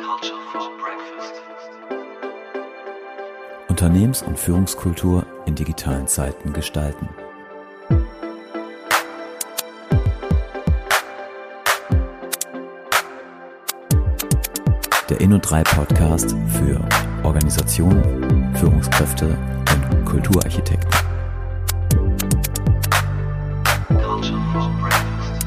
Culture for Breakfast. Unternehmens- und Führungskultur in digitalen Zeiten gestalten. Der Inno3 Podcast für Organisationen, Führungskräfte und Kulturarchitekten. Culture for Breakfast.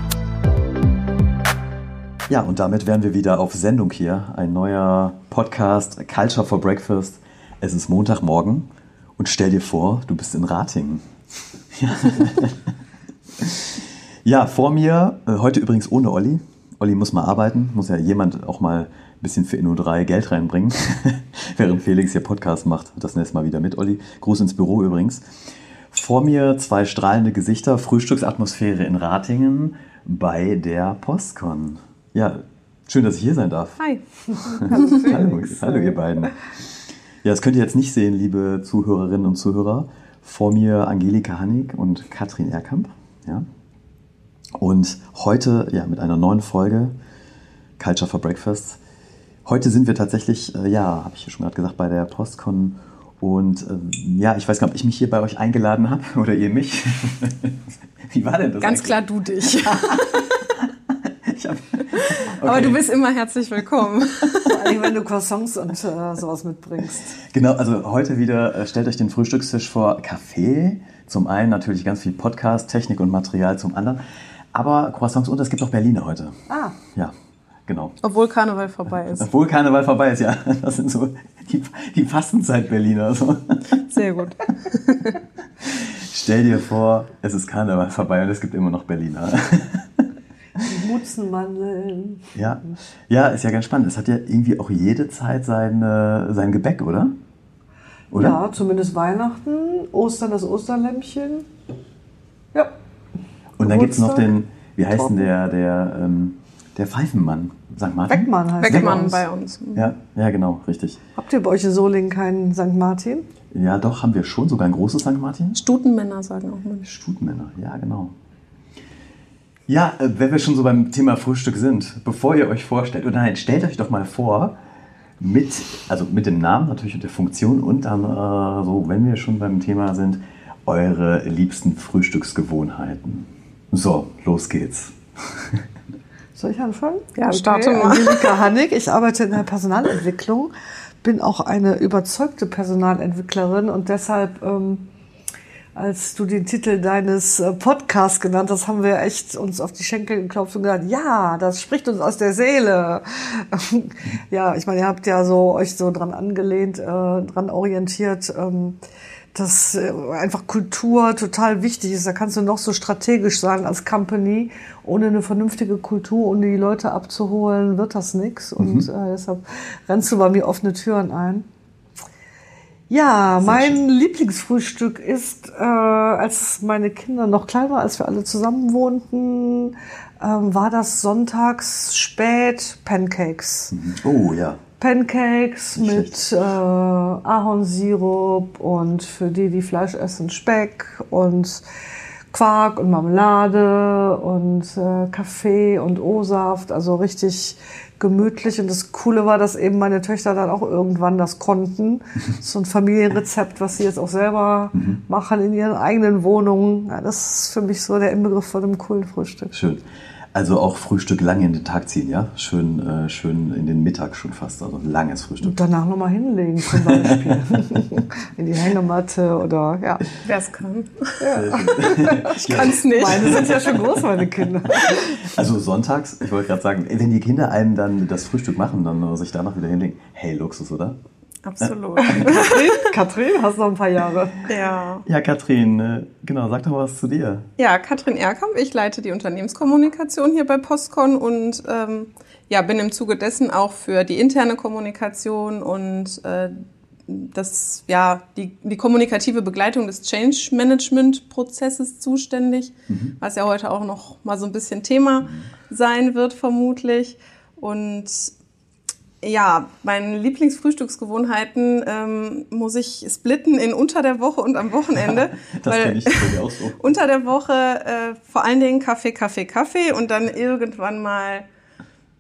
Ja, und damit wären wir wieder auf Sendung hier. Ein neuer Podcast, Culture for Breakfast. Es ist Montagmorgen und stell dir vor, du bist in Ratingen. Ja, vor mir, heute übrigens ohne Olli. Olli muss mal arbeiten, muss ja jemand auch mal ein bisschen für Inno3 Geld reinbringen, während Felix hier Podcast macht. Das nächste Mal wieder mit Olli. Gruß ins Büro übrigens. Vor mir zwei strahlende Gesichter, Frühstücksatmosphäre in Ratingen bei der PostCon. Ja, schön, dass ich hier sein darf. Hi. Hallo ihr beiden. Ja, das könnt ihr jetzt nicht sehen, liebe Zuhörerinnen und Zuhörer. Vor mir Angelika Hannig und Katrin Erkamp. Ja. Und heute ja mit einer neuen Folge Culture for Breakfast. Heute sind wir tatsächlich, habe ich ja schon gerade gesagt, bei der PostCon. Und ich weiß gar nicht, ob ich mich hier bei euch eingeladen habe oder ihr mich. Wie war denn das Ganz eigentlich? klar du dich. Okay. Aber du bist immer herzlich willkommen. Vor allem, wenn du Croissants und sowas mitbringst. Genau, also heute wieder stellt euch den Frühstückstisch vor. Kaffee, zum einen natürlich ganz viel Podcast, Technik und Material zum anderen. Aber Croissants und es gibt auch Berliner heute. Ah. Ja, genau. Obwohl Karneval vorbei ist. Obwohl Karneval vorbei ist, ja. Das sind so die Fastenzeit-Berliner. So. Sehr gut. Stell dir vor, es ist Karneval vorbei und es gibt immer noch Berliner. Die Mutzenmandeln. Ja, ist ja ganz spannend. Es hat ja irgendwie auch jede Zeit sein Gebäck, oder? Ja, zumindest Weihnachten, Ostern das Osterlämpchen. Ja. Und dann gibt es noch Geburtstag. wie heißt denn der Pfeifenmann? St. Martin? Beckmann heißt Beckmann der bei uns. Ja, genau, richtig. Habt ihr bei euch in Solingen keinen St. Martin? Ja, doch, haben wir schon sogar ein großes St. Martin. Stutenmänner sagen auch mal. Stutmänner, ja, genau. Ja, wenn wir schon so beim Thema Frühstück sind, bevor ihr euch vorstellt, oder nein, stellt euch doch mal vor, mit dem Namen natürlich und der Funktion und dann, wenn wir schon beim Thema sind, eure liebsten Frühstücksgewohnheiten. So, los geht's. Soll ich anfangen? Ja, starte mal. Angelika Hannig, ich arbeite in der Personalentwicklung, bin auch eine überzeugte Personalentwicklerin und deshalb, als du den Titel deines Podcasts genannt hast, haben wir echt uns auf die Schenkel geklopft und gesagt, ja, das spricht uns aus der Seele. Ja, ich meine, ihr habt ja euch so dran angelehnt, dran orientiert, dass einfach Kultur total wichtig ist. Da kannst du noch so strategisch sein als Company. Ohne eine vernünftige Kultur, ohne die Leute abzuholen, wird das nichts. Und deshalb rennst du bei mir offene Türen ein. Ja, mein Lieblingsfrühstück ist, als meine Kinder noch klein waren, als wir alle zusammen wohnten, war das sonntags spät Pancakes. Oh, ja. Pancakes mit Ahornsirup und für die Fleisch essen, Speck und Quark und Marmelade und Kaffee und O-Saft, also richtig gemütlich. Und das Coole war, dass eben meine Töchter dann auch irgendwann das konnten. So ein Familienrezept, was sie jetzt auch selber machen in ihren eigenen Wohnungen. Ja, das ist für mich so der Inbegriff von einem coolen Frühstück. Schön. Also auch Frühstück lange in den Tag ziehen, ja? Schön in den Mittag schon fast, also langes Frühstück. Und danach nochmal hinlegen zum Beispiel. In die Hängematte oder, ja. Wer es kann. Ich kann es nicht. Meine sind ja schon groß, meine Kinder. Also sonntags, ich wollte gerade sagen, wenn die Kinder einem dann das Frühstück machen, dann sich danach wieder hinlegen, hey, Luxus, oder? Absolut. Katrin, hast noch ein paar Jahre. Ja. Ja, Katrin, genau, sag doch mal was zu dir. Ja, Katrin Erkamp, ich leite die Unternehmenskommunikation hier bei PostCon und bin im Zuge dessen auch für die interne Kommunikation und die kommunikative Begleitung des Change-Management-Prozesses zuständig, was ja heute auch noch mal so ein bisschen Thema sein wird vermutlich. Und ja, meine Lieblingsfrühstücksgewohnheiten muss ich splitten in unter der Woche und am Wochenende. Das kenne ich auch so. Unter der Woche vor allen Dingen Kaffee und dann irgendwann mal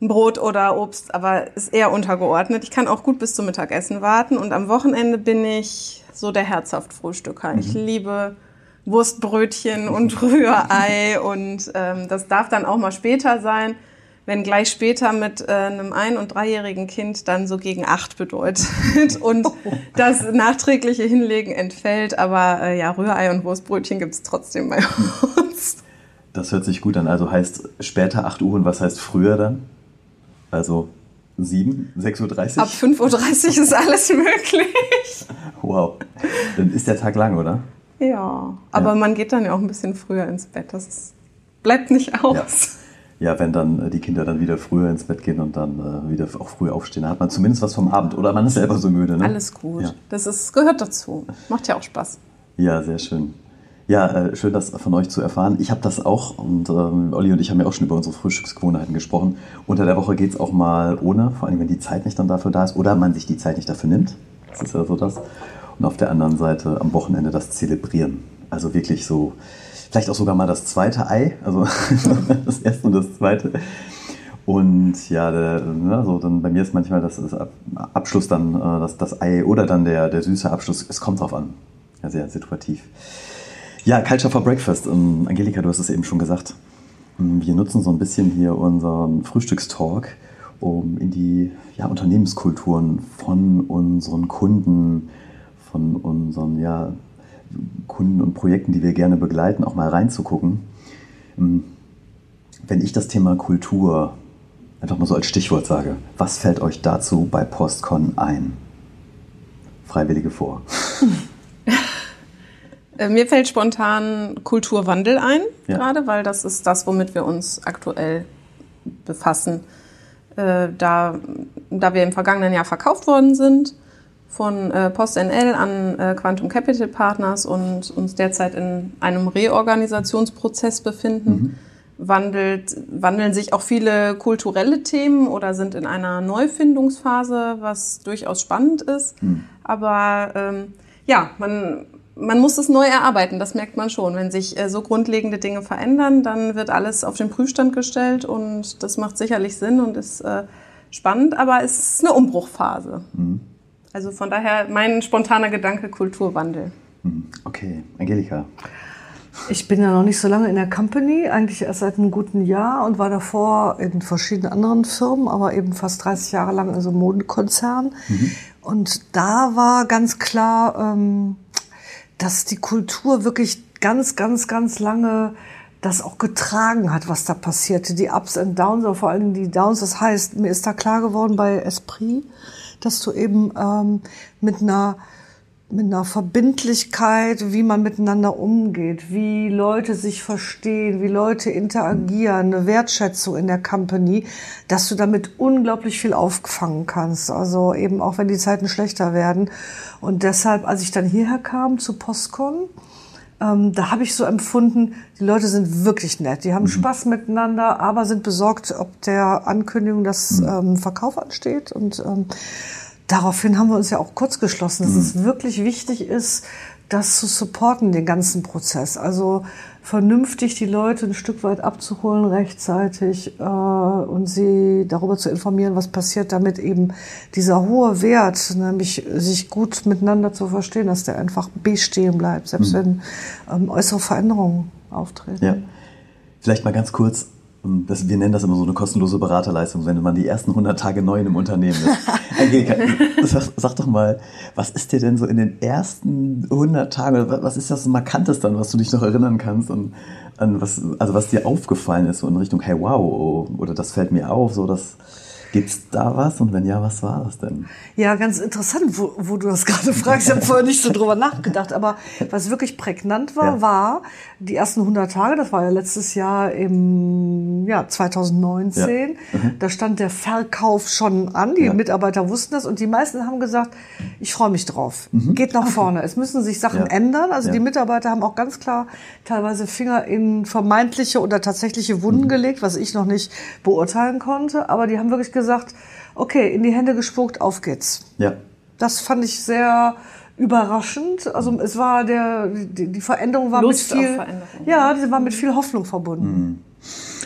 ein Brot oder Obst, aber ist eher untergeordnet. Ich kann auch gut bis zum Mittagessen warten und am Wochenende bin ich so der Herzhaft-Frühstücker. Ich liebe Wurstbrötchen und Rührei und das darf dann auch mal später sein, wenn gleich später mit einem 1- und 3-jährigen Kind dann so gegen 8 bedeutet und das nachträgliche Hinlegen entfällt. Aber ja, Rührei und Wurstbrötchen gibt es trotzdem bei uns. Das hört sich gut an. Also heißt später 8 Uhr und was heißt früher dann? Also 7, 6:30 Uhr? Ab 5:30 Uhr ist alles möglich. Wow. Dann ist der Tag lang, oder? Ja, aber man geht dann ja auch ein bisschen früher ins Bett. Das bleibt nicht aus. Ja, wenn dann die Kinder dann wieder früher ins Bett gehen und dann wieder auch früh aufstehen, dann hat man zumindest was vom Abend. Oder man ist selber so müde, ne? Alles gut. Ja. Gehört dazu. Macht ja auch Spaß. Ja, sehr schön. Ja, schön, das von euch zu erfahren. Ich habe das auch und Olli und ich haben ja auch schon über unsere Frühstücksgewohnheiten gesprochen. Unter der Woche geht es auch mal ohne, vor allem wenn die Zeit nicht dann dafür da ist oder man sich die Zeit nicht dafür nimmt. Das ist ja so das. Und auf der anderen Seite am Wochenende das Zelebrieren. Also wirklich so, vielleicht auch sogar mal das zweite Ei, also das erste und das zweite. Und ja, also dann bei mir ist manchmal das Abschluss dann das Ei oder dann der süße Abschluss. Es kommt drauf an. Ja, sehr situativ. Ja, Culture for Breakfast. Angelika, du hast es eben schon gesagt. Wir nutzen so ein bisschen hier unseren Frühstückstalk, um in die Unternehmenskulturen von unseren Kunden, von unseren Kunden und Projekten, die wir gerne begleiten, auch mal reinzugucken. Wenn ich das Thema Kultur einfach mal so als Stichwort sage, was fällt euch dazu bei Postcon ein? Freiwillige vor. Mir fällt spontan Kulturwandel ein, Ja. gerade, weil das ist das, womit wir uns aktuell befassen. Da wir im vergangenen Jahr verkauft worden sind von PostNL an Quantum Capital Partners und uns derzeit in einem Reorganisationsprozess befinden, wandeln sich auch viele kulturelle Themen oder sind in einer Neufindungsphase, was durchaus spannend ist. Aber man muss es neu erarbeiten, das merkt man schon. Wenn sich so grundlegende Dinge verändern, dann wird alles auf den Prüfstand gestellt und das macht sicherlich Sinn und ist spannend, aber es ist eine Umbruchphase. Also von daher mein spontaner Gedanke Kulturwandel. Okay, Angelika. Ich bin ja noch nicht so lange in der Company, eigentlich erst seit einem guten Jahr und war davor in verschiedenen anderen Firmen, aber eben fast 30 Jahre lang in so einem Modekonzern. Und da war ganz klar, dass die Kultur wirklich ganz, ganz, ganz lange das auch getragen hat, was da passierte. Die Ups und Downs, aber vor allem die Downs. Das heißt, mir ist da klar geworden bei Esprit, dass du eben mit einer Verbindlichkeit, wie man miteinander umgeht, wie Leute sich verstehen, wie Leute interagieren, eine Wertschätzung in der Company, dass du damit unglaublich viel auffangen kannst. Also eben auch, wenn die Zeiten schlechter werden. Und deshalb, als ich dann hierher kam zu Postcon, da habe ich so empfunden, die Leute sind wirklich nett. Die haben Spaß miteinander, aber sind besorgt, ob der Ankündigung, dass Verkauf ansteht. Und daraufhin haben wir uns ja auch kurz geschlossen, dass es wirklich wichtig ist, das zu supporten, den ganzen Prozess. Also vernünftig die Leute ein Stück weit abzuholen rechtzeitig und sie darüber zu informieren, was passiert, damit eben dieser hohe Wert, nämlich sich gut miteinander zu verstehen, dass der einfach bestehen bleibt, selbst wenn äußere Veränderungen auftreten. Ja, vielleicht mal ganz kurz. Wir nennen das immer so eine kostenlose Beraterleistung, wenn man die ersten 100 Tage neu in einem Unternehmen ist. Angelika, sag doch mal, was ist dir denn so in den ersten 100 Tagen, was ist das Markantes dann, was du dich noch erinnern kannst und an was dir aufgefallen ist, so in Richtung, hey wow, oder das fällt mir auf, so das... Gibt's da was? Und wenn ja, was war das denn? Ja, ganz interessant, wo du das gerade fragst. Ich habe vorher nicht so drüber nachgedacht. Aber was wirklich prägnant war, war die ersten 100 Tage. Das war ja letztes Jahr im Jahr 2019. Ja. Da stand der Verkauf schon an. Die Mitarbeiter wussten das. Und die meisten haben gesagt, ich freue mich drauf. Geht nach vorne. Es müssen sich Sachen ändern. Also die Mitarbeiter haben auch ganz klar teilweise Finger in vermeintliche oder tatsächliche Wunden gelegt, was ich noch nicht beurteilen konnte. Aber die haben wirklich gesagt, okay, in die Hände gespuckt, auf geht's. Ja. Das fand ich sehr überraschend. Also es war die Veränderung war Lust mit viel, auf Veränderung. ja, die war mit viel Hoffnung verbunden.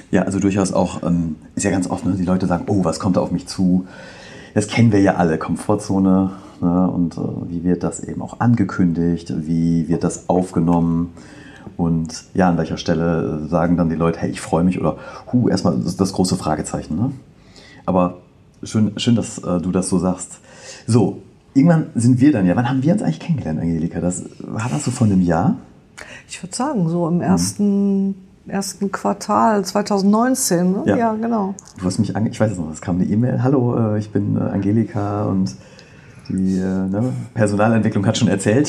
Ja, also durchaus auch, ist ja ganz oft, ne, die Leute sagen, oh, was kommt da auf mich zu? Das kennen wir ja alle, Komfortzone, ne, und wie wird das eben auch angekündigt, wie wird das aufgenommen und ja, an welcher Stelle sagen dann die Leute, hey, ich freue mich oder erstmal das große Fragezeichen. Ne? Aber schön, dass du das so sagst. So, irgendwann sind wir dann ja, wann haben wir uns eigentlich kennengelernt, Angelika? War das so vor einem Jahr? Ich würde sagen, so im ersten Quartal 2019. Ne? Ja, genau. Du hast mich ich weiß es noch, es kam eine E-Mail. Hallo, ich bin Angelika und die Personalentwicklung hat schon erzählt.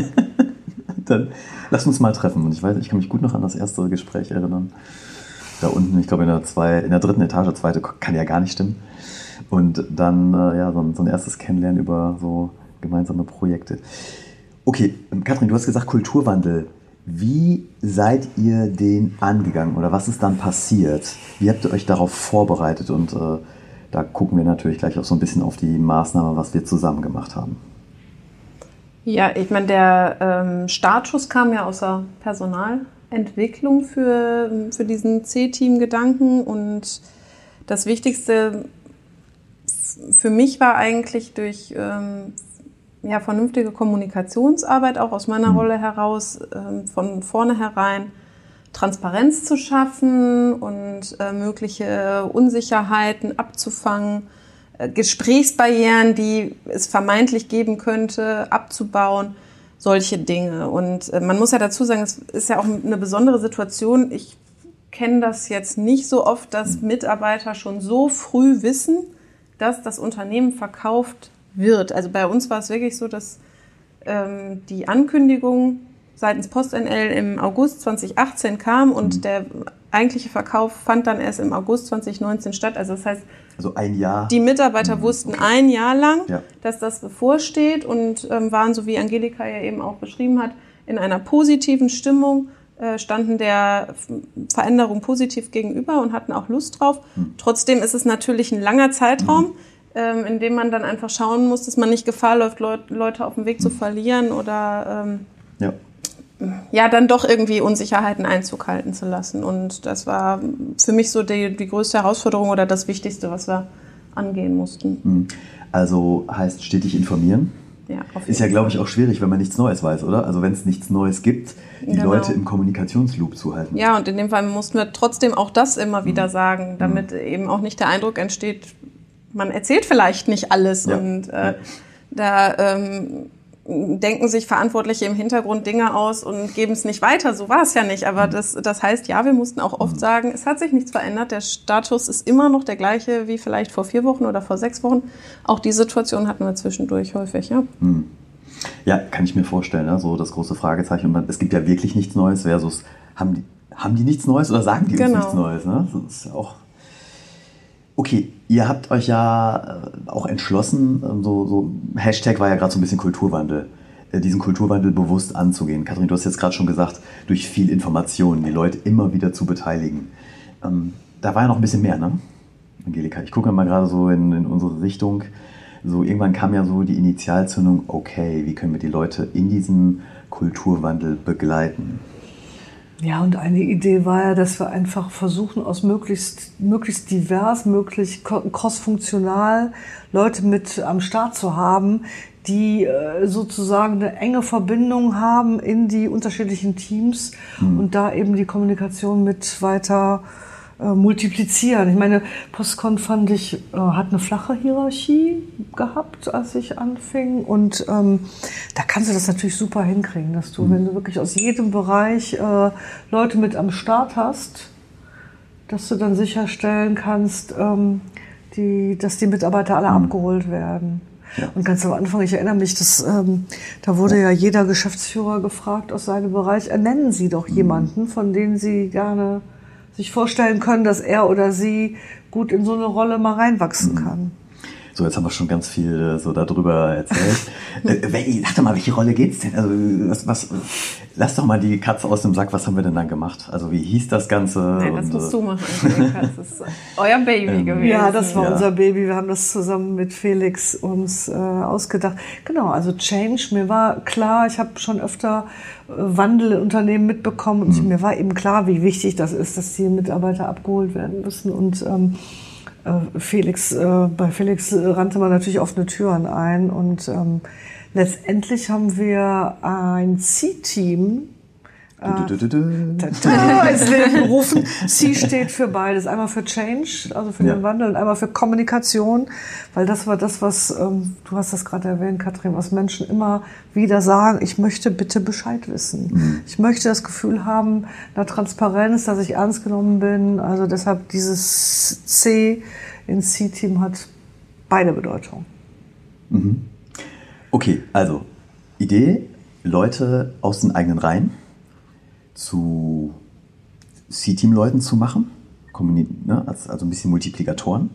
Dann lass uns mal treffen. Und ich kann mich gut noch an das erste Gespräch erinnern. Da unten, ich glaube in der 3. Etage, zweite kann ja gar nicht stimmen. Und dann so ein erstes Kennenlernen über so gemeinsame Projekte. Okay, Katrin, du hast gesagt Kulturwandel. Wie seid ihr den angegangen oder was ist dann passiert? Wie habt ihr euch darauf vorbereitet? Und da gucken wir natürlich gleich auch so ein bisschen auf die Maßnahme, was wir zusammen gemacht haben. Ja, ich meine, der Startschuss kam ja aus der Personalentwicklung für diesen C-Team-Gedanken. Und das Wichtigste für mich war eigentlich durch vernünftige Kommunikationsarbeit, auch aus meiner Rolle heraus, von vornherein Transparenz zu schaffen und mögliche Unsicherheiten abzufangen, Gesprächsbarrieren, die es vermeintlich geben könnte, abzubauen, solche Dinge. Und man muss ja dazu sagen, es ist ja auch eine besondere Situation. Ich kenne das jetzt nicht so oft, dass Mitarbeiter schon so früh wissen, dass das Unternehmen verkauft wird. Also bei uns war es wirklich so, dass die Ankündigung seitens PostNL im August 2018 kam und der eigentliche Verkauf fand dann erst im August 2019 statt. Also das heißt, ein Jahr. Die Mitarbeiter wussten ein Jahr lang, dass das bevorsteht und waren, so wie Angelika ja eben auch beschrieben hat, in einer positiven Stimmung, standen der Veränderung positiv gegenüber und hatten auch Lust drauf. Trotzdem ist es natürlich ein langer Zeitraum, in dem man dann einfach schauen muss, dass man nicht Gefahr läuft, Leute auf dem Weg zu verlieren oder dann doch irgendwie Unsicherheiten Einzug halten zu lassen. Und das war für mich so die größte Herausforderung oder das Wichtigste, was wir angehen mussten. Also heißt stetig informieren. Ja, ist ja, glaube ich, auch schwierig, wenn man nichts Neues weiß, oder? Also wenn es nichts Neues gibt, die Leute im Kommunikationsloop zu halten. Ja, und in dem Fall mussten wir trotzdem auch das immer wieder sagen, damit eben auch nicht der Eindruck entsteht, man erzählt vielleicht nicht alles und da denken sich Verantwortliche im Hintergrund Dinge aus und geben es nicht weiter. So war es ja nicht. Aber das heißt, ja, wir mussten auch oft sagen, es hat sich nichts verändert. Der Status ist immer noch der gleiche wie vielleicht vor 4 Wochen oder vor 6 Wochen. Auch die Situation hatten wir zwischendurch häufig, ja. Ja, kann ich mir vorstellen, ne? So das große Fragezeichen. Es gibt ja wirklich nichts Neues versus haben die nichts Neues oder sagen die uns nichts Neues? Ne? Das ist ja auch... Okay, ihr habt euch ja auch entschlossen, so Hashtag war ja gerade so ein bisschen Kulturwandel, diesen Kulturwandel bewusst anzugehen. Katrin, du hast jetzt gerade schon gesagt, durch viel Information die Leute immer wieder zu beteiligen. Da war ja noch ein bisschen mehr, ne? Angelika, ich gucke mal gerade so in unsere Richtung. So irgendwann kam ja so die Initialzündung, okay, wie können wir die Leute in diesem Kulturwandel begleiten? Ja, und eine Idee war ja, dass wir einfach versuchen, aus möglichst divers, möglichst crossfunktional Leute mit am Start zu haben, die sozusagen eine enge Verbindung haben in die unterschiedlichen Teams und da eben die Kommunikation mit weiter multiplizieren. Ich meine, Postcon fand ich, hat eine flache Hierarchie gehabt, als ich anfing. Und da kannst du das natürlich super hinkriegen, dass du, wenn du wirklich aus jedem Bereich Leute mit am Start hast, dass du dann sicherstellen kannst, dass die Mitarbeiter alle abgeholt werden. Ja. Und ganz am Anfang, ich erinnere mich, da wurde ja jeder Geschäftsführer gefragt aus seinem Bereich, nennen Sie doch jemanden, von dem Sie gerne sich vorstellen können, dass er oder sie gut in so eine Rolle mal reinwachsen kann. So, jetzt haben wir schon ganz viel so darüber erzählt. Sag doch mal, welche Rolle geht's denn? Also, lass doch mal die Katze aus dem Sack, was haben wir denn dann gemacht? Also, wie hieß das Ganze? Nein, das musst du machen. Das ist euer Baby gewesen. Ja, das war unser Baby. Wir haben das zusammen mit Felix uns ausgedacht. Genau, also Change, mir war klar, ich habe schon öfter Wandel in Unternehmen mitbekommen und mir war eben klar, wie wichtig das ist, dass die Mitarbeiter abgeholt werden müssen. Und bei Felix rannte man natürlich offene Türen ein und letztendlich haben wir ein C-Team ins Leben gerufen. C steht für beides. Einmal für Change, also für den Wandel, und einmal für Kommunikation, weil das war das, was, du hast das gerade erwähnt, Katrin, was Menschen immer wieder sagen, ich möchte bitte Bescheid wissen. Ich möchte das Gefühl haben, einer Transparenz, dass ich ernst genommen bin. Also deshalb dieses C in C-Team hat beide Bedeutungen. Okay, also Idee, Leute aus den eigenen Reihen zu C-Team-Leuten zu machen, also ein bisschen Multiplikatoren,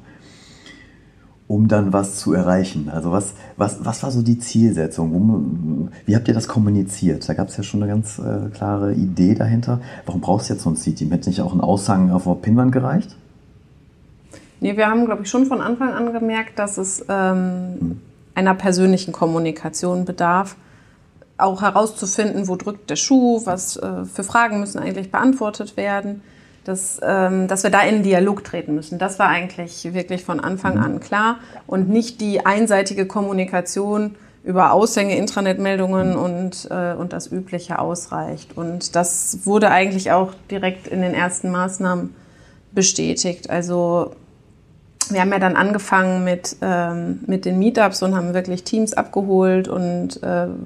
um dann was zu erreichen. Also was war so die Zielsetzung? Wie habt ihr das kommuniziert? Da gab es ja schon eine ganz klare Idee dahinter. Warum brauchst du jetzt so ein C-Team? Hätte nicht auch ein Aushang auf der Pinnwand gereicht? Nee, wir haben, glaube ich, schon von Anfang an gemerkt, dass es einer persönlichen Kommunikation bedarf, auch herauszufinden, wo drückt der Schuh, was für Fragen müssen eigentlich beantwortet werden, dass wir da in den Dialog treten müssen. Das war eigentlich wirklich von Anfang an klar und nicht die einseitige Kommunikation über Aushänge, Intranet-Meldungen und das Übliche ausreicht. Und das wurde eigentlich auch direkt in den ersten Maßnahmen bestätigt. Also wir haben ja dann angefangen mit den Meetups und haben wirklich Teams abgeholt und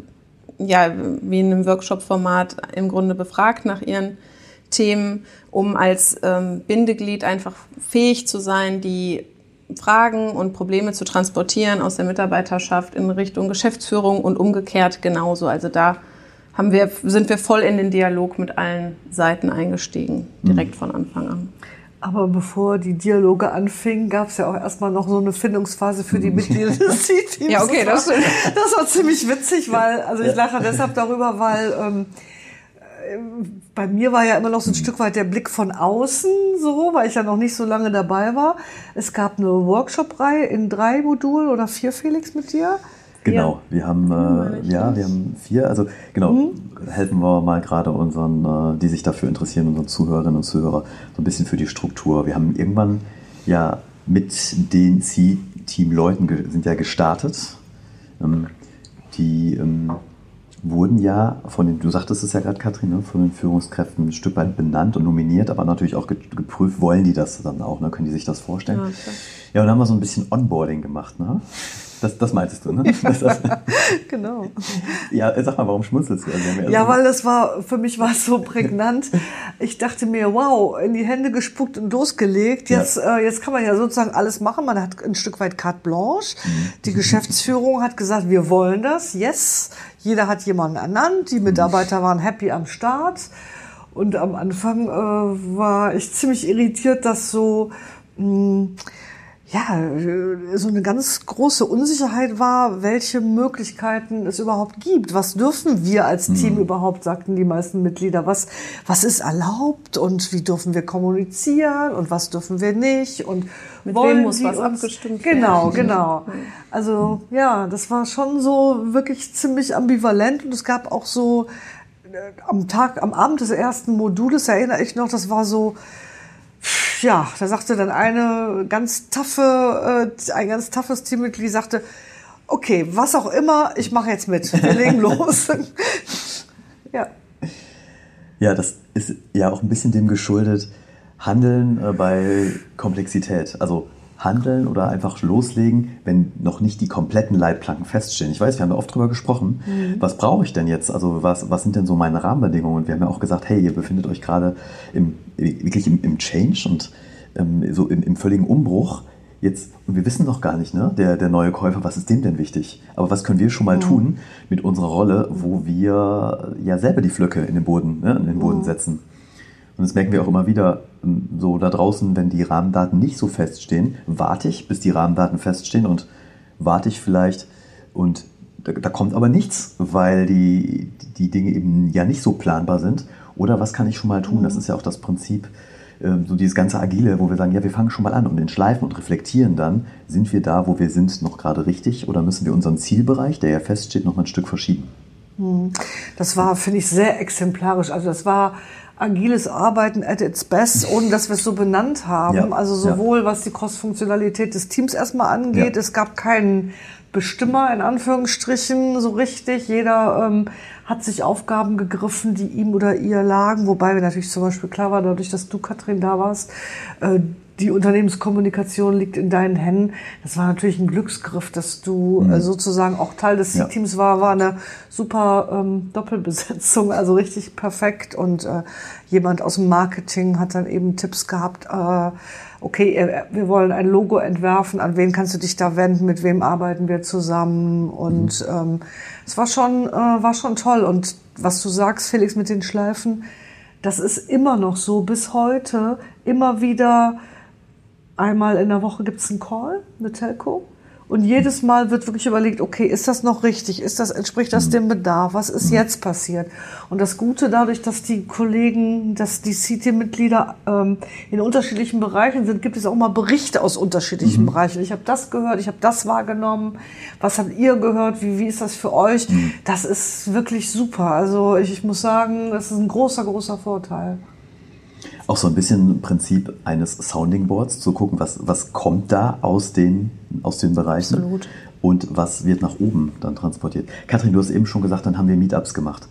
wie in einem Workshop-Format im Grunde befragt nach ihren Themen, um als Bindeglied einfach fähig zu sein, die Fragen und Probleme zu transportieren aus der Mitarbeiterschaft in Richtung Geschäftsführung und umgekehrt genauso. Also da sind wir voll in den Dialog mit allen Seiten eingestiegen, direkt von Anfang an. Aber bevor die Dialoge anfingen, gab es ja auch erstmal noch so eine Findungsphase für die Mitglieder des C-Teams. Ja, okay, das stimmt. Das war ziemlich witzig, weil, also ich lache deshalb darüber, weil bei mir war ja immer noch so ein Stück weit der Blick von außen so, weil ich ja noch nicht so lange dabei war. Es gab eine Workshop-Reihe in 3 Modulen oder 4, Felix, mit dir. Genau, wir haben 4, also genau, helfen wir mal gerade unseren, die sich dafür interessieren, unseren Zuhörerinnen und Zuhörern, so ein bisschen für die Struktur. Wir haben irgendwann ja mit den C-Team-Leuten sind ja gestartet, die wurden ja du sagtest es ja gerade, Katrin, ne, von den Führungskräften ein Stück weit benannt und nominiert, aber natürlich auch geprüft, wollen die das dann auch, ne? Können die sich das vorstellen? Ja, klar. Ja, und dann haben wir so ein bisschen Onboarding gemacht, ne? Das meintest du, ne? Genau. Ja, sag mal, warum schmunzelst du? Also, ja, weil für mich war es so prägnant. Ich dachte mir, wow, in die Hände gespuckt und losgelegt. Jetzt kann man ja sozusagen alles machen. Man hat ein Stück weit carte blanche. Die Geschäftsführung hat gesagt, wir wollen das. Yes. Jeder hat jemanden ernannt. Die Mitarbeiter waren happy am Start. Und am Anfang war ich ziemlich irritiert, dass so eine ganz große Unsicherheit war, welche Möglichkeiten es überhaupt gibt. Was dürfen wir als Team überhaupt, sagten die meisten Mitglieder. Was ist erlaubt und wie dürfen wir kommunizieren und was dürfen wir nicht und mit wem muss was abgestimmt werden. Genau. Also das war schon so wirklich ziemlich ambivalent und es gab auch so am Abend des ersten Modules, erinnere ich noch, das war so, ja, da sagte dann ein ganz toughes Teammitglied, sagte, okay, was auch immer, ich mache jetzt mit, wir legen los. Ja. Ja, das ist ja auch ein bisschen dem geschuldet, Handeln bei Komplexität. Also handeln oder einfach loslegen, wenn noch nicht die kompletten Leitplanken feststehen. Ich weiß, wir haben da oft drüber gesprochen. Was brauche ich denn jetzt? Also was sind denn so meine Rahmenbedingungen? Wir haben ja auch gesagt, hey, ihr befindet euch gerade wirklich im Change und so im völligen Umbruch. Jetzt, und wir wissen noch gar nicht, ne, der neue Käufer, was ist dem denn wichtig? Aber was können wir schon mal tun mit unserer Rolle, wo wir ja selber die Flöcke in den Boden setzen? Und das merken wir auch immer wieder so da draußen, wenn die Rahmendaten nicht so feststehen, warte ich, bis die Rahmendaten feststehen und warte ich vielleicht und da kommt aber nichts, weil die Dinge eben ja nicht so planbar sind. Oder was kann ich schon mal tun? Das ist ja auch das Prinzip, so dieses ganze Agile, wo wir sagen, ja, wir fangen schon mal an und den Schleifen und reflektieren dann, sind wir da, wo wir sind, noch gerade richtig oder müssen wir unseren Zielbereich, der ja feststeht, noch mal ein Stück verschieben? Das war, finde ich, sehr exemplarisch. Also das war agiles Arbeiten at its best, ohne dass wir es so benannt haben. Ja, Also sowohl was die Cross-Funktionalität des Teams erstmal angeht, es gab keinen Bestimmer in Anführungsstrichen so richtig. Jeder hat sich Aufgaben gegriffen, die ihm oder ihr lagen. Wobei wir natürlich zum Beispiel klar war, dadurch, dass du, Katrin, da warst, die Unternehmenskommunikation liegt in deinen Händen. Das war natürlich ein Glücksgriff, dass du sozusagen auch Teil des Teams war eine super Doppelbesetzung, also richtig perfekt. Und jemand aus dem Marketing hat dann eben Tipps gehabt, okay, wir wollen ein Logo entwerfen, an wen kannst du dich da wenden, mit wem arbeiten wir zusammen? Und es war schon toll. Und was du sagst, Felix, mit den Schleifen, das ist immer noch so, bis heute, immer wieder einmal in der Woche gibt's einen Call, eine Telco. Und jedes Mal wird wirklich überlegt, okay, ist das noch richtig? Entspricht das dem Bedarf? Was ist jetzt passiert? Und das Gute dadurch, dass die Kollegen, dass die C-Team-Mitglieder in unterschiedlichen Bereichen sind, gibt es auch mal Berichte aus unterschiedlichen Bereichen. Ich habe das gehört, ich habe das wahrgenommen. Was habt ihr gehört? Wie ist das für euch? Das ist wirklich super. Also ich muss sagen, das ist ein großer, großer Vorteil. Auch so ein bisschen Prinzip eines Sounding Boards, zu gucken, was kommt da aus den Bereichen. Absolut. Und was wird nach oben dann transportiert. Katrin, du hast eben schon gesagt, dann haben wir Meetups gemacht.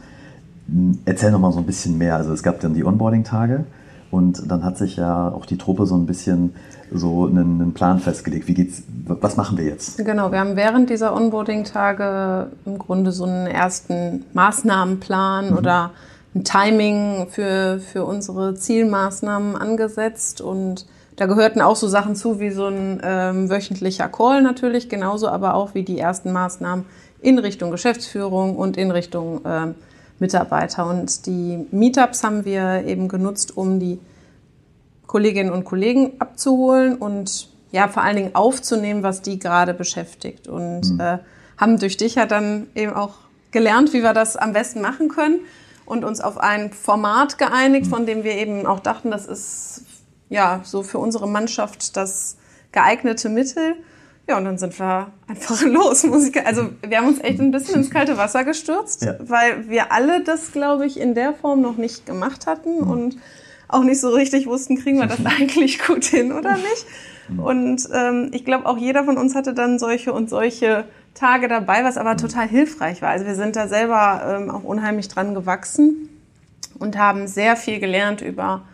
Erzähl noch mal so ein bisschen mehr. Also es gab dann die Onboarding-Tage und dann hat sich ja auch die Truppe so ein bisschen so einen Plan festgelegt. Was machen wir jetzt? Genau, wir haben während dieser Onboarding-Tage im Grunde so einen ersten Maßnahmenplan oder ein Timing für unsere Zielmaßnahmen angesetzt und da gehörten auch so Sachen zu wie so ein wöchentlicher Call natürlich, genauso aber auch wie die ersten Maßnahmen in Richtung Geschäftsführung und in Richtung Mitarbeiter. Und die Meetups haben wir eben genutzt, um die Kolleginnen und Kollegen abzuholen und ja vor allen Dingen aufzunehmen, was die gerade beschäftigt und haben durch dich ja dann eben auch gelernt, wie wir das am besten machen können. Und uns auf ein Format geeinigt, von dem wir eben auch dachten, das ist ja so für unsere Mannschaft das geeignete Mittel. Ja, und dann sind wir einfach los. Also wir haben uns echt ein bisschen ins kalte Wasser gestürzt, weil wir alle das, glaube ich, in der Form noch nicht gemacht hatten und auch nicht so richtig wussten, kriegen wir das eigentlich gut hin oder nicht. Und ich glaube, auch jeder von uns hatte dann solche und solche Tage dabei, was aber total hilfreich war. Also wir sind da selber auch unheimlich dran gewachsen und haben sehr viel gelernt über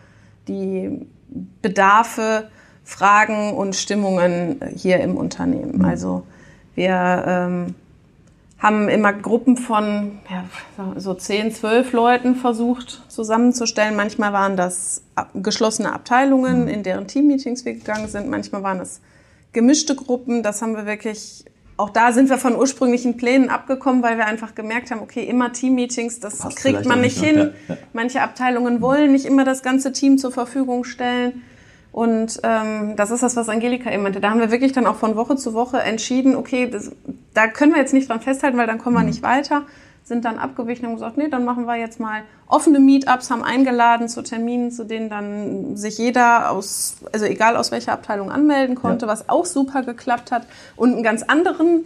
die Bedarfe, Fragen und Stimmungen hier im Unternehmen. Also wir haben immer Gruppen von so 10, 12 Leuten versucht zusammenzustellen. Manchmal waren das geschlossene Abteilungen, in deren Teammeetings wir gegangen sind. Manchmal waren es gemischte Gruppen. Das haben wir wirklich... Auch da sind wir von ursprünglichen Plänen abgekommen, weil wir einfach gemerkt haben, okay, immer Teammeetings, das passt kriegt man nicht hin. Ja. Manche Abteilungen wollen nicht immer das ganze Team zur Verfügung stellen. Und das ist das, was Angelika eben meinte. Da haben wir wirklich dann auch von Woche zu Woche entschieden, okay, da können wir jetzt nicht dran festhalten, weil dann kommen wir nicht weiter. Sind dann abgewichen und haben gesagt, nee, dann machen wir jetzt mal offene Meetups, haben eingeladen zu Terminen, zu denen dann sich jeder also egal aus welcher Abteilung anmelden konnte, was auch super geklappt hat und einen ganz anderen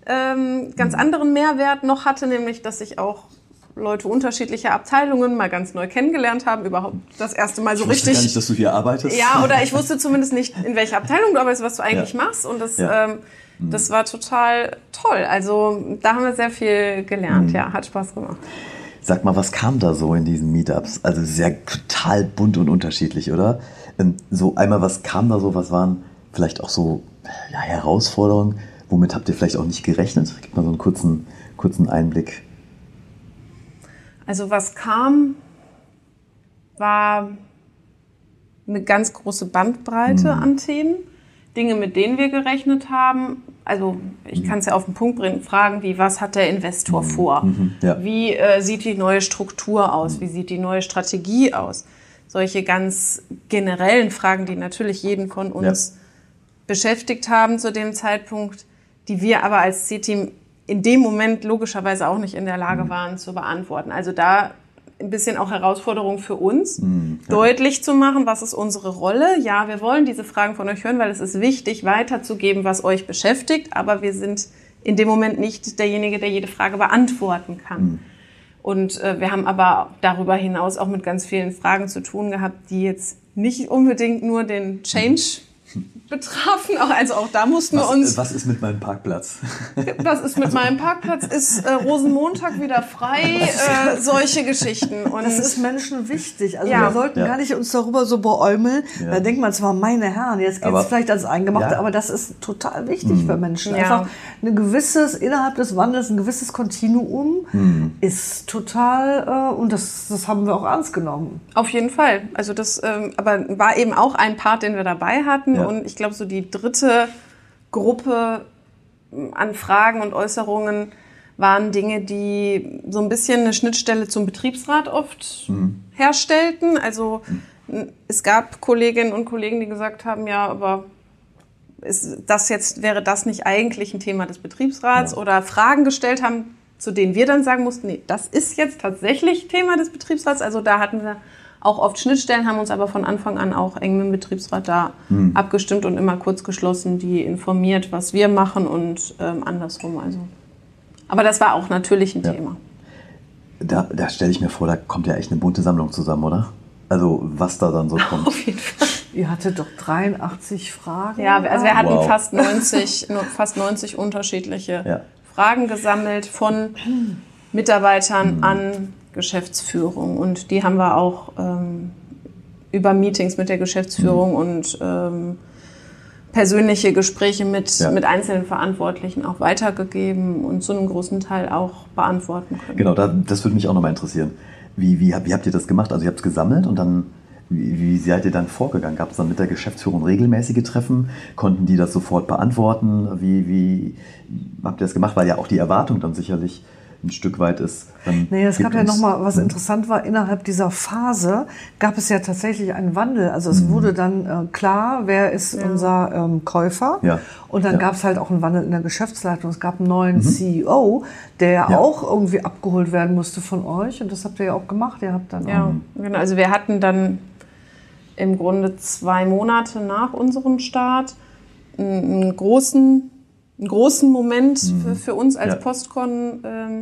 Mehrwert noch hatte, nämlich, dass sich auch Leute unterschiedlicher Abteilungen mal ganz neu kennengelernt haben, überhaupt das erste Mal so richtig. Ich wusste gar nicht, dass du hier arbeitest. Ja, oder ich wusste zumindest nicht, in welcher Abteilung du arbeitest, was du eigentlich machst und das war total toll. Also da haben wir sehr viel gelernt. Ja, hat Spaß gemacht. Sag mal, was kam da so in diesen Meetups? Also sehr total bunt und unterschiedlich, oder? So einmal, was kam da so? Was waren vielleicht auch so Herausforderungen? Womit habt ihr vielleicht auch nicht gerechnet? Gib mal so einen kurzen Einblick. Also was kam, war eine ganz große Bandbreite an Themen. Dinge, mit denen wir gerechnet haben. Also ich kann es ja auf den Punkt bringen, Fragen wie, was hat der Investor vor? Ja. Wie sieht die neue Struktur aus? Wie sieht die neue Strategie aus? Solche ganz generellen Fragen, die natürlich jeden von uns beschäftigt haben zu dem Zeitpunkt, die wir aber als C-Team in dem Moment logischerweise auch nicht in der Lage waren zu beantworten. Also da ein bisschen auch Herausforderung für uns, deutlich zu machen, was ist unsere Rolle. Ja, wir wollen diese Fragen von euch hören, weil es ist wichtig, weiterzugeben, was euch beschäftigt, aber wir sind in dem Moment nicht derjenige, der jede Frage beantworten kann. Und wir haben aber darüber hinaus auch mit ganz vielen Fragen zu tun gehabt, die jetzt nicht unbedingt nur den Change betrafen. Also auch da mussten wir uns... Was ist mit meinem Parkplatz? Was ist mit meinem Parkplatz? Ist Rosenmontag wieder frei? Solche Geschichten. Und das ist Menschen wichtig. Also wir sollten gar nicht uns darüber so beäumeln. Ja. Da denkt man zwar, meine Herren, jetzt geht es vielleicht ans Eingemachte, aber das ist total wichtig für Menschen. Einfach innerhalb des Wandels, ein gewisses Kontinuum ist total, und das haben wir auch ernst genommen. Auf jeden Fall. Also das aber war eben auch ein Part, den wir dabei hatten. Ja. Und ich glaube, so die dritte Gruppe an Fragen und Äußerungen waren Dinge, die so ein bisschen eine Schnittstelle zum Betriebsrat oft herstellten. Also es gab Kolleginnen und Kollegen, die gesagt haben, ja, aber wäre das nicht eigentlich ein Thema des Betriebsrats? Oder Fragen gestellt haben, zu denen wir dann sagen mussten, nee, das ist jetzt tatsächlich Thema des Betriebsrats. Also da hatten wir auch oft Schnittstellen, haben uns aber von Anfang an auch eng mit dem Betriebsrat da abgestimmt und immer kurz geschlossen, die informiert, was wir machen und andersrum. Also. Aber das war auch natürlich ein Thema. Da stelle ich mir vor, da kommt ja echt eine bunte Sammlung zusammen, oder? Also was da dann so kommt. Auf jeden Fall. Ihr hattet doch 83 Fragen. Ja, also wir hatten fast 90 unterschiedliche Fragen gesammelt von Mitarbeitern an Geschäftsführung. Und die haben wir auch über Meetings mit der Geschäftsführung und persönliche Gespräche mit einzelnen Verantwortlichen auch weitergegeben und zu einem großen Teil auch beantworten können. Genau, das würde mich auch nochmal interessieren. Wie habt ihr das gemacht? Also ihr habt es gesammelt und dann, wie seid ihr dann vorgegangen? Gab es dann mit der Geschäftsführung regelmäßige Treffen? Konnten die das sofort beantworten? Wie habt ihr das gemacht? Weil ja auch die Erwartung dann sicherlich ein Stück weit ist. Es gab ja nochmal, was interessant war, innerhalb dieser Phase gab es ja tatsächlich einen Wandel. Also es wurde dann klar, wer ist unser Käufer. Ja. Und dann gab es halt auch einen Wandel in der Geschäftsleitung. Es gab einen neuen CEO, der auch irgendwie abgeholt werden musste von euch. Und das habt ihr ja auch gemacht. Ihr habt dann genau. Also wir hatten dann im Grunde 2 Monate nach unserem Start einen großen Moment für uns als Postcon,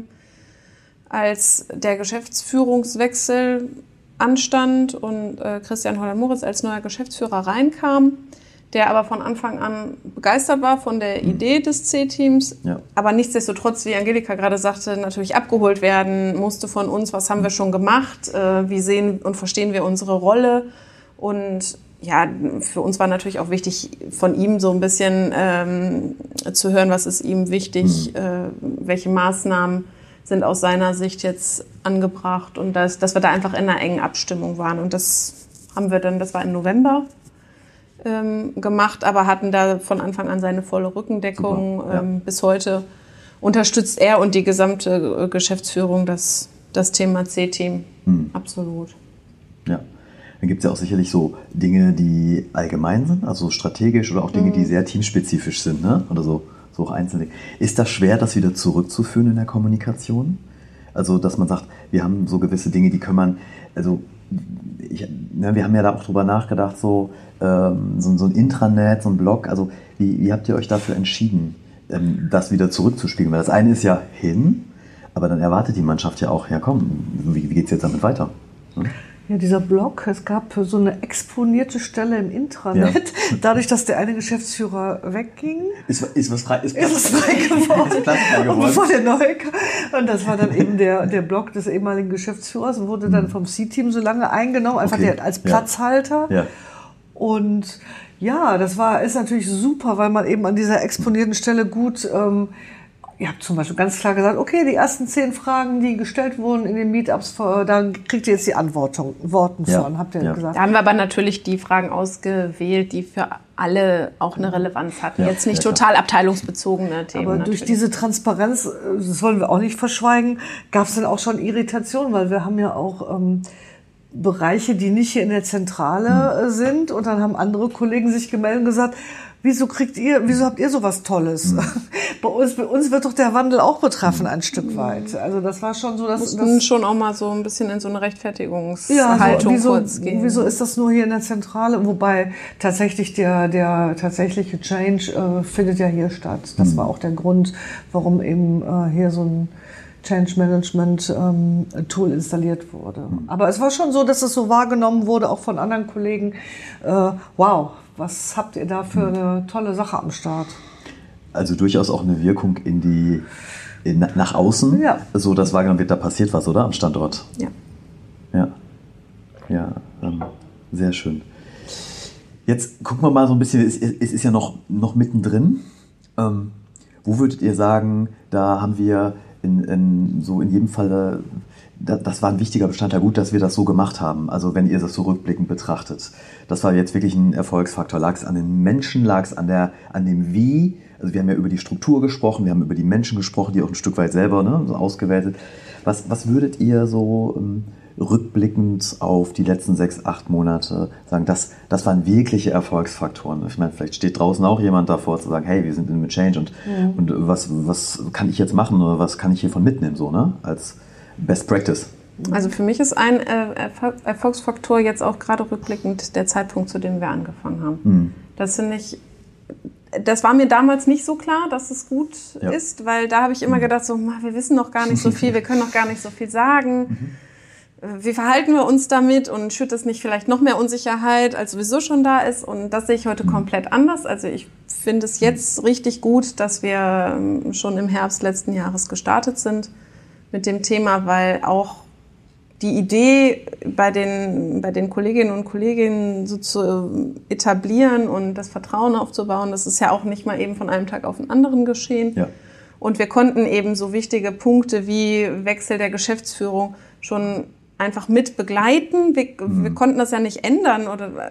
als der Geschäftsführungswechsel anstand und Christian Holland-Moritz als neuer Geschäftsführer reinkam, der aber von Anfang an begeistert war von der Idee des C-Teams, aber nichtsdestotrotz, wie Angelika gerade sagte, natürlich abgeholt werden musste von uns, was haben wir schon gemacht, wie sehen und verstehen wir unsere Rolle. Und ja, für uns war natürlich auch wichtig, von ihm so ein bisschen zu hören, was ist ihm wichtig, welche Maßnahmen sind aus seiner Sicht jetzt angebracht und dass wir da einfach in einer engen Abstimmung waren. Und das haben wir dann, das war im November gemacht, aber hatten da von Anfang an seine volle Rückendeckung. Bis heute unterstützt er und die gesamte Geschäftsführung das Thema C-Team. Absolut. Ja. Dann gibt es ja auch sicherlich so Dinge, die allgemein sind, also strategisch oder auch Dinge, die sehr teamspezifisch sind, ne? Oder so auch einzelne. Ist das schwer, das wieder zurückzuführen in der Kommunikation? Also, dass man sagt, wir haben so gewisse Dinge, die kann man, also wir haben ja da auch drüber nachgedacht, so ein Intranet, so ein Blog, also wie habt ihr euch dafür entschieden, das wieder zurückzuspiegeln? Weil das eine ist ja hin, aber dann erwartet die Mannschaft ja auch, ja komm, wie geht's jetzt damit weiter? Hm? Ja, dieser Blog, es gab so eine exponierte Stelle im Intranet, dadurch, dass der eine Geschäftsführer wegging. Ist was frei geworden. Ist Platz frei geworden. Bevor der neue kam. Und das war dann eben der Blog des ehemaligen Geschäftsführers und wurde dann vom C-Team so lange eingenommen, einfach als Platzhalter. Ja. Und ja, ist natürlich super, weil man eben an dieser exponierten Stelle gut, ihr habt zum Beispiel ganz klar gesagt, okay, die ersten 10 Fragen, die gestellt wurden in den Meetups, dann kriegt ihr jetzt die Worten von, habt ihr gesagt. Da haben wir aber natürlich die Fragen ausgewählt, die für alle auch eine Relevanz hatten. Jetzt nicht total abteilungsbezogene Themen. Aber durch diese Transparenz, das wollen wir auch nicht verschweigen, gab es dann auch schon Irritation, weil wir haben ja auch Bereiche, die nicht hier in der Zentrale sind. Und dann haben andere Kollegen sich gemeldet und gesagt, wieso habt ihr sowas Tolles? Bei uns wird doch der Wandel auch betreffen, ein Stück weit. Also das war schon so, dass mussten schon auch mal so ein bisschen in so eine Rechtfertigungshaltung kurz gehen. Wieso ist das nur hier in der Zentrale? Wobei tatsächlich der tatsächliche Change findet ja hier statt. Das war auch der Grund, warum eben hier so ein Change Management Tool installiert wurde. Aber es war schon so, dass es so wahrgenommen wurde, auch von anderen Kollegen. Wow, was habt ihr da für eine tolle Sache am Start? Also durchaus auch eine Wirkung nach außen, so dass wahrgenommen wird, da passiert was, oder? Am Standort. Ja, sehr schön. Jetzt gucken wir mal so ein bisschen, es ist ja noch mittendrin. Wo würdet ihr sagen, da haben wir in jedem Fall, das war ein wichtiger Bestandteil, gut, dass wir das so gemacht haben. Also wenn ihr das so rückblickend betrachtet. Das war jetzt wirklich ein Erfolgsfaktor. Lag es an den Menschen, lag es an dem Wie? Also wir haben ja über die Struktur gesprochen, wir haben über die Menschen gesprochen, die auch ein Stück weit selber so ausgewertet. Was würdet ihr so rückblickend auf die letzten 6-8 Monate sagen, das waren wirkliche Erfolgsfaktoren? Ich meine, vielleicht steht draußen auch jemand davor zu sagen, hey, wir sind in Change und was kann ich jetzt machen oder was kann ich hiervon mitnehmen, so, ne? Als Best Practice. Also für mich ist ein Erfolgsfaktor jetzt auch gerade rückblickend der Zeitpunkt, zu dem wir angefangen haben. Das war mir damals nicht so klar, dass es gut ist, weil da habe ich immer gedacht, so, wir wissen noch gar nicht so viel, wir können noch gar nicht so viel sagen. Wie verhalten wir uns damit und schürt es nicht vielleicht noch mehr Unsicherheit, als sowieso schon da ist? Und das sehe ich heute komplett anders. Also ich finde es jetzt richtig gut, dass wir schon im Herbst letzten Jahres gestartet sind mit dem Thema, weil auch die Idee bei den Kolleginnen und Kollegen so zu etablieren und das Vertrauen aufzubauen, das ist ja auch nicht mal eben von einem Tag auf den anderen geschehen. Ja. Und wir konnten eben so wichtige Punkte wie Wechsel der Geschäftsführung schon einfach mit begleiten. Wir konnten das ja nicht ändern,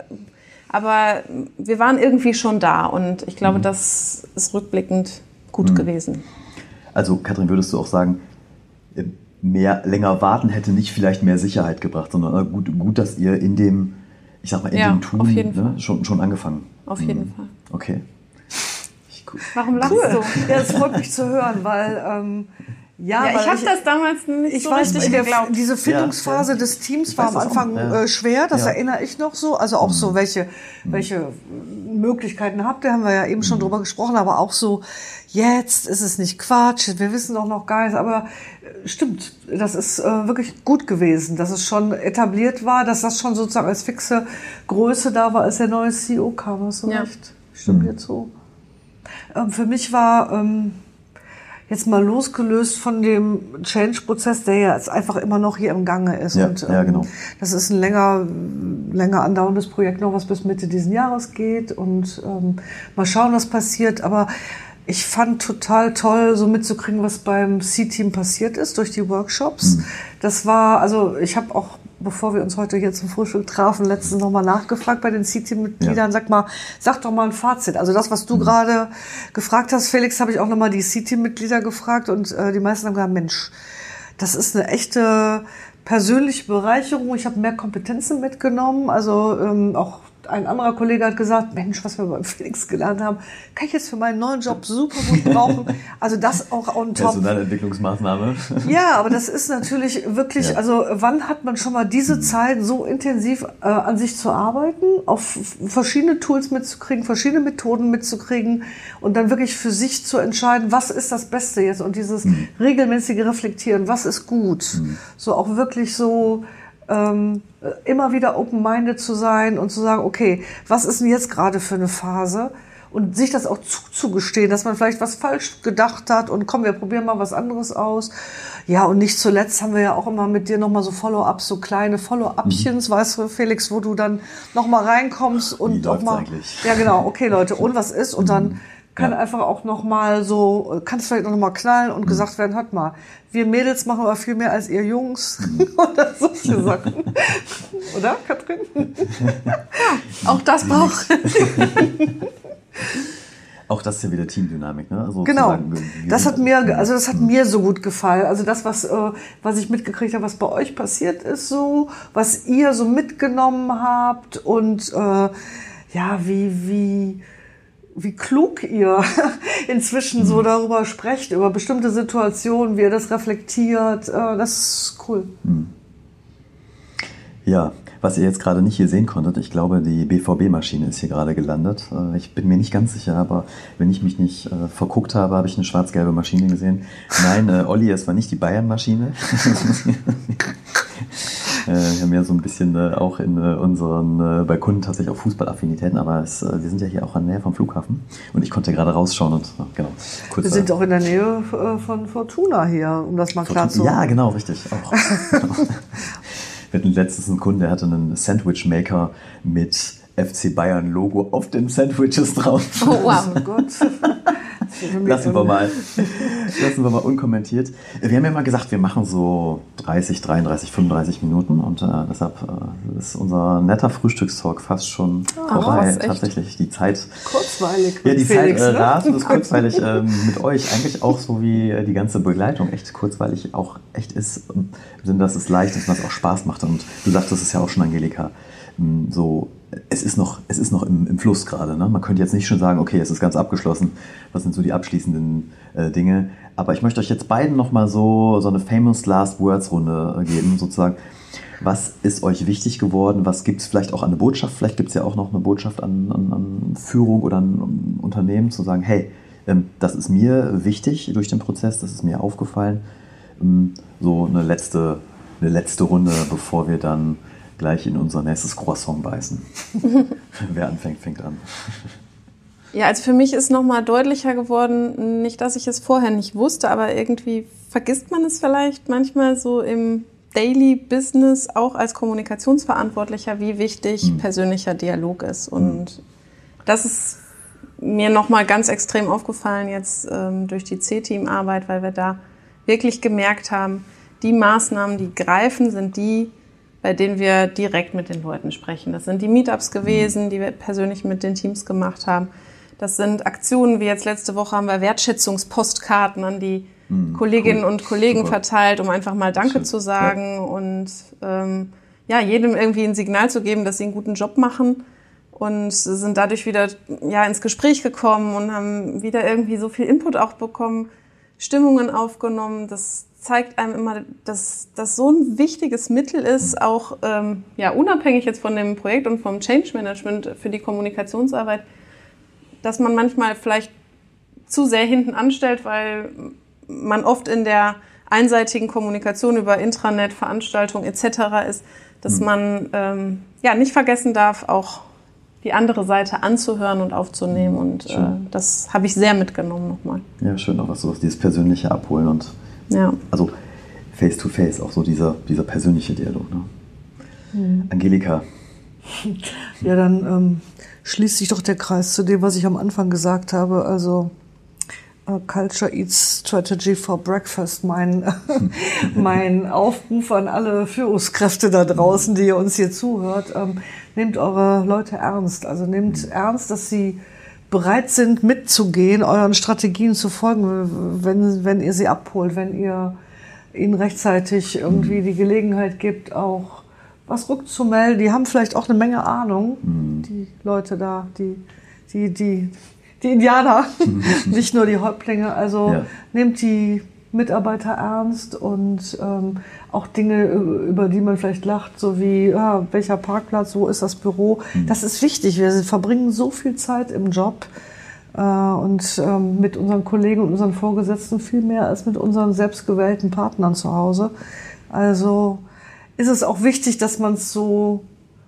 aber wir waren irgendwie schon da und ich glaube, das ist rückblickend gut gewesen. Also Katrin, würdest du auch sagen, länger warten hätte nicht vielleicht mehr Sicherheit gebracht, sondern gut, dass ihr in dem Tun schon angefangen. Auf jeden Fall. Okay. Warum lachst du? Ja, es freut mich zu hören, weil ich habe das damals nicht so richtig geglaubt. Diese Findungsphase des Teams war am Anfang schwer, das erinnere ich noch so. Also auch so, welche Möglichkeiten habt ihr, haben wir ja eben schon drüber gesprochen, aber auch so, jetzt ist es nicht Quatsch, wir wissen doch noch gar nichts, aber stimmt, das ist wirklich gut gewesen, dass es schon etabliert war, dass das schon sozusagen als fixe Größe da war, als der neue CEO kam, hast du recht. Stimmt jetzt so. Für mich war jetzt mal losgelöst von dem Change-Prozess, der ja jetzt einfach immer noch hier im Gange ist. Ja, und genau. Das ist ein länger andauerndes Projekt noch, was bis Mitte diesen Jahres geht und mal schauen, was passiert. Aber ich fand total toll, so mitzukriegen, was beim C-Team passiert ist durch die Workshops. Das war, also ich habe auch, bevor wir uns heute hier zum Frühstück trafen, letztens nochmal nachgefragt bei den C-Team-Mitgliedern. Sag doch mal ein Fazit. Also das, was du gerade gefragt hast, Felix, habe ich auch nochmal die C-Team-Mitglieder gefragt und die meisten haben gesagt, Mensch, das ist eine echte persönliche Bereicherung. Ich habe mehr Kompetenzen mitgenommen, also auch ein anderer Kollege hat gesagt, Mensch, was wir beim Felix gelernt haben, kann ich jetzt für meinen neuen Job super gut brauchen. Also das auch on top. Personalentwicklungsmaßnahme. Ja, aber das ist natürlich wirklich, also wann hat man schon mal diese Zeit so intensiv an sich zu arbeiten, auf verschiedene Tools mitzukriegen, verschiedene Methoden mitzukriegen und dann wirklich für sich zu entscheiden, was ist das Beste jetzt und dieses regelmäßige Reflektieren, was ist gut. So auch wirklich so immer wieder open-minded zu sein und zu sagen, okay, was ist denn jetzt gerade für eine Phase? Und sich das auch zuzugestehen, dass man vielleicht was falsch gedacht hat und komm, wir probieren mal was anderes aus. Ja, und nicht zuletzt haben wir ja auch immer mit dir nochmal so Follow-ups, so kleine Follow-upchens, weißt du, Felix, wo du dann nochmal reinkommst und auch mal, ja genau, okay Leute, und was ist? Und dann kann einfach auch nochmal so, kann es vielleicht noch mal knallen und gesagt werden, hört mal, wir Mädels machen aber viel mehr als ihr Jungs oder solche Sachen. Oder, Katrin? Auch das braucht. Auch das ist ja wieder Teamdynamik, ne? Also genau. Das hat mir so gut gefallen. Also das, was ich mitgekriegt habe, was bei euch passiert ist, so, was ihr so mitgenommen habt und wie wie klug ihr inzwischen so darüber sprecht, über bestimmte Situationen, wie ihr das reflektiert. Das ist cool. Ja, was ihr jetzt gerade nicht hier sehen konntet, ich glaube, die BVB-Maschine ist hier gerade gelandet. Ich bin mir nicht ganz sicher, aber wenn ich mich nicht verguckt habe, habe ich eine schwarz-gelbe Maschine gesehen. Nein, Olli, es war nicht die Bayern-Maschine. Wir haben ja so ein bisschen auch in unseren bei Kunden tatsächlich auch Fußballaffinitäten, aber wir sind ja hier auch in der Nähe vom Flughafen und ich konnte gerade rausschauen und genau. Wir sind auch in der Nähe von Fortuna hier, um das mal klar zu sagen. Ja, genau, richtig. Auch. Genau. Wir hatten letztens einen Kunden, der hatte einen Sandwich-Maker mit FC Bayern Logo auf den Sandwiches drauf. Oh, wow. Oh Gott. Lassen wir mal unkommentiert. Wir haben ja mal gesagt, wir machen so 30, 33, 35 Minuten und deshalb ist unser netter Frühstückstalk fast schon vorbei. Tatsächlich die Zeit. Kurzweilig. Ja, die Felix, Zeit ne? rast und ist kurzweilig mit euch. Eigentlich auch so wie die ganze Begleitung echt kurzweilig auch echt ist. Im Sinne, dass es leicht ist und dass es auch Spaß macht. Und du sagtest es ja auch schon, Angelika, so es ist noch im Fluss gerade. Ne? Man könnte jetzt nicht schon sagen, okay, es ist ganz abgeschlossen. Was sind so die abschließenden Dinge? Aber ich möchte euch jetzt beiden nochmal so eine Famous Last Words Runde geben, sozusagen. Was ist euch wichtig geworden? Was gibt es vielleicht auch an eine Botschaft? Vielleicht gibt es ja auch noch eine Botschaft an Führung oder an Unternehmen, zu sagen, hey, das ist mir wichtig durch den Prozess, das ist mir aufgefallen. So eine letzte Runde, bevor wir dann gleich in unser nächstes Croissant beißen. Wer anfängt, fängt an. Ja, also für mich ist nochmal deutlicher geworden, nicht, dass ich es vorher nicht wusste, aber irgendwie vergisst man es vielleicht manchmal so im Daily Business, auch als Kommunikationsverantwortlicher, wie wichtig persönlicher Dialog ist. Und das ist mir nochmal ganz extrem aufgefallen jetzt durch die C-Team-Arbeit, weil wir da wirklich gemerkt haben, die Maßnahmen, die greifen, sind die, bei denen wir direkt mit den Leuten sprechen. Das sind die Meetups gewesen, die wir persönlich mit den Teams gemacht haben. Das sind Aktionen, wie jetzt letzte Woche haben wir Wertschätzungspostkarten an die Kolleginnen und Kollegen verteilt, um einfach mal Danke zu sagen und jedem irgendwie ein Signal zu geben, dass sie einen guten Job machen, und sind dadurch wieder ins Gespräch gekommen und haben wieder irgendwie so viel Input auch bekommen, Stimmungen aufgenommen. Das zeigt einem immer, dass das so ein wichtiges Mittel ist, auch unabhängig jetzt von dem Projekt und vom Change Management für die Kommunikationsarbeit, dass man manchmal vielleicht zu sehr hinten anstellt, weil man oft in der einseitigen Kommunikation über Intranet, Veranstaltungen etc. ist, dass man nicht vergessen darf, auch die andere Seite anzuhören und aufzunehmen. Und das habe ich sehr mitgenommen nochmal. Ja, schön, auch was dieses persönliche Abholen und also face-to-face, auch so dieser persönliche Dialog. Ne? Angelika. Ja, dann schließt sich doch der Kreis zu dem, was ich am Anfang gesagt habe. Also Culture Eats Strategy for Breakfast, mein Aufruf an alle Führungskräfte da draußen, die ihr uns hier zuhört. Nehmt eure Leute ernst. Also nehmt ernst, dass sie bereit sind, mitzugehen, euren Strategien zu folgen, wenn ihr sie abholt, wenn ihr ihnen rechtzeitig irgendwie die Gelegenheit gibt, auch was rückzumelden. Die haben vielleicht auch eine Menge Ahnung, die Leute da, die Indianer, nicht nur die Häuptlinge. Also nehmt die Mitarbeiter ernst und auch Dinge, über die man vielleicht lacht, so wie welcher Parkplatz, wo ist das Büro. Das ist wichtig. Wir verbringen so viel Zeit im Job und mit unseren Kollegen und unseren Vorgesetzten viel mehr als mit unseren selbstgewählten Partnern zu Hause. Also ist es auch wichtig, dass man es so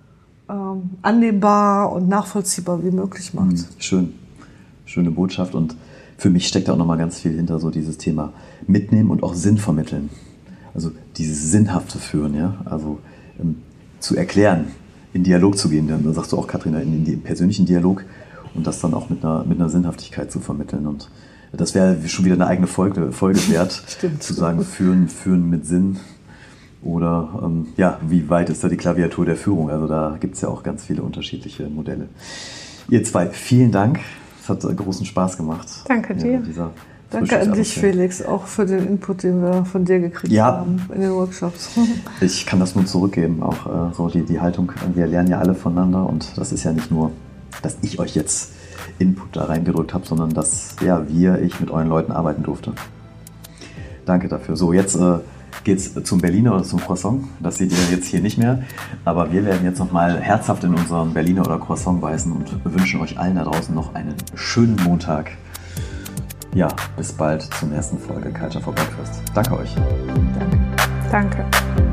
annehmbar und nachvollziehbar wie möglich macht. Schöne Botschaft, und für mich steckt da auch nochmal ganz viel hinter, so dieses Thema mitnehmen und auch Sinn vermitteln. Also dieses sinnhafte Führen, ja, also zu erklären, in Dialog zu gehen, dann sagst du auch, Katrin, in den persönlichen Dialog, und das dann auch mit einer Sinnhaftigkeit zu vermitteln. Und das wäre schon wieder eine eigene Folge wert, zu sagen, führen mit Sinn. Oder wie weit ist da die Klaviatur der Führung? Also da gibt es ja auch ganz viele unterschiedliche Modelle. Ihr zwei, vielen Dank. Es hat großen Spaß gemacht. Danke dir. Danke an dich, Felix, auch für den Input, den wir von dir gekriegt haben in den Workshops. Ich kann das nur zurückgeben, auch so die Haltung. Wir lernen ja alle voneinander, und das ist ja nicht nur, dass ich euch jetzt Input da reingedrückt habe, sondern dass ich mit euren Leuten arbeiten durfte. Danke dafür. So, jetzt geht's zum Berliner oder zum Croissant. Das seht ihr jetzt hier nicht mehr. Aber wir werden jetzt nochmal herzhaft in unseren Berliner oder Croissant beißen und wünschen euch allen da draußen noch einen schönen Montag. Ja, bis bald zur nächsten Folge Culture for Breakfast. Danke euch. Danke.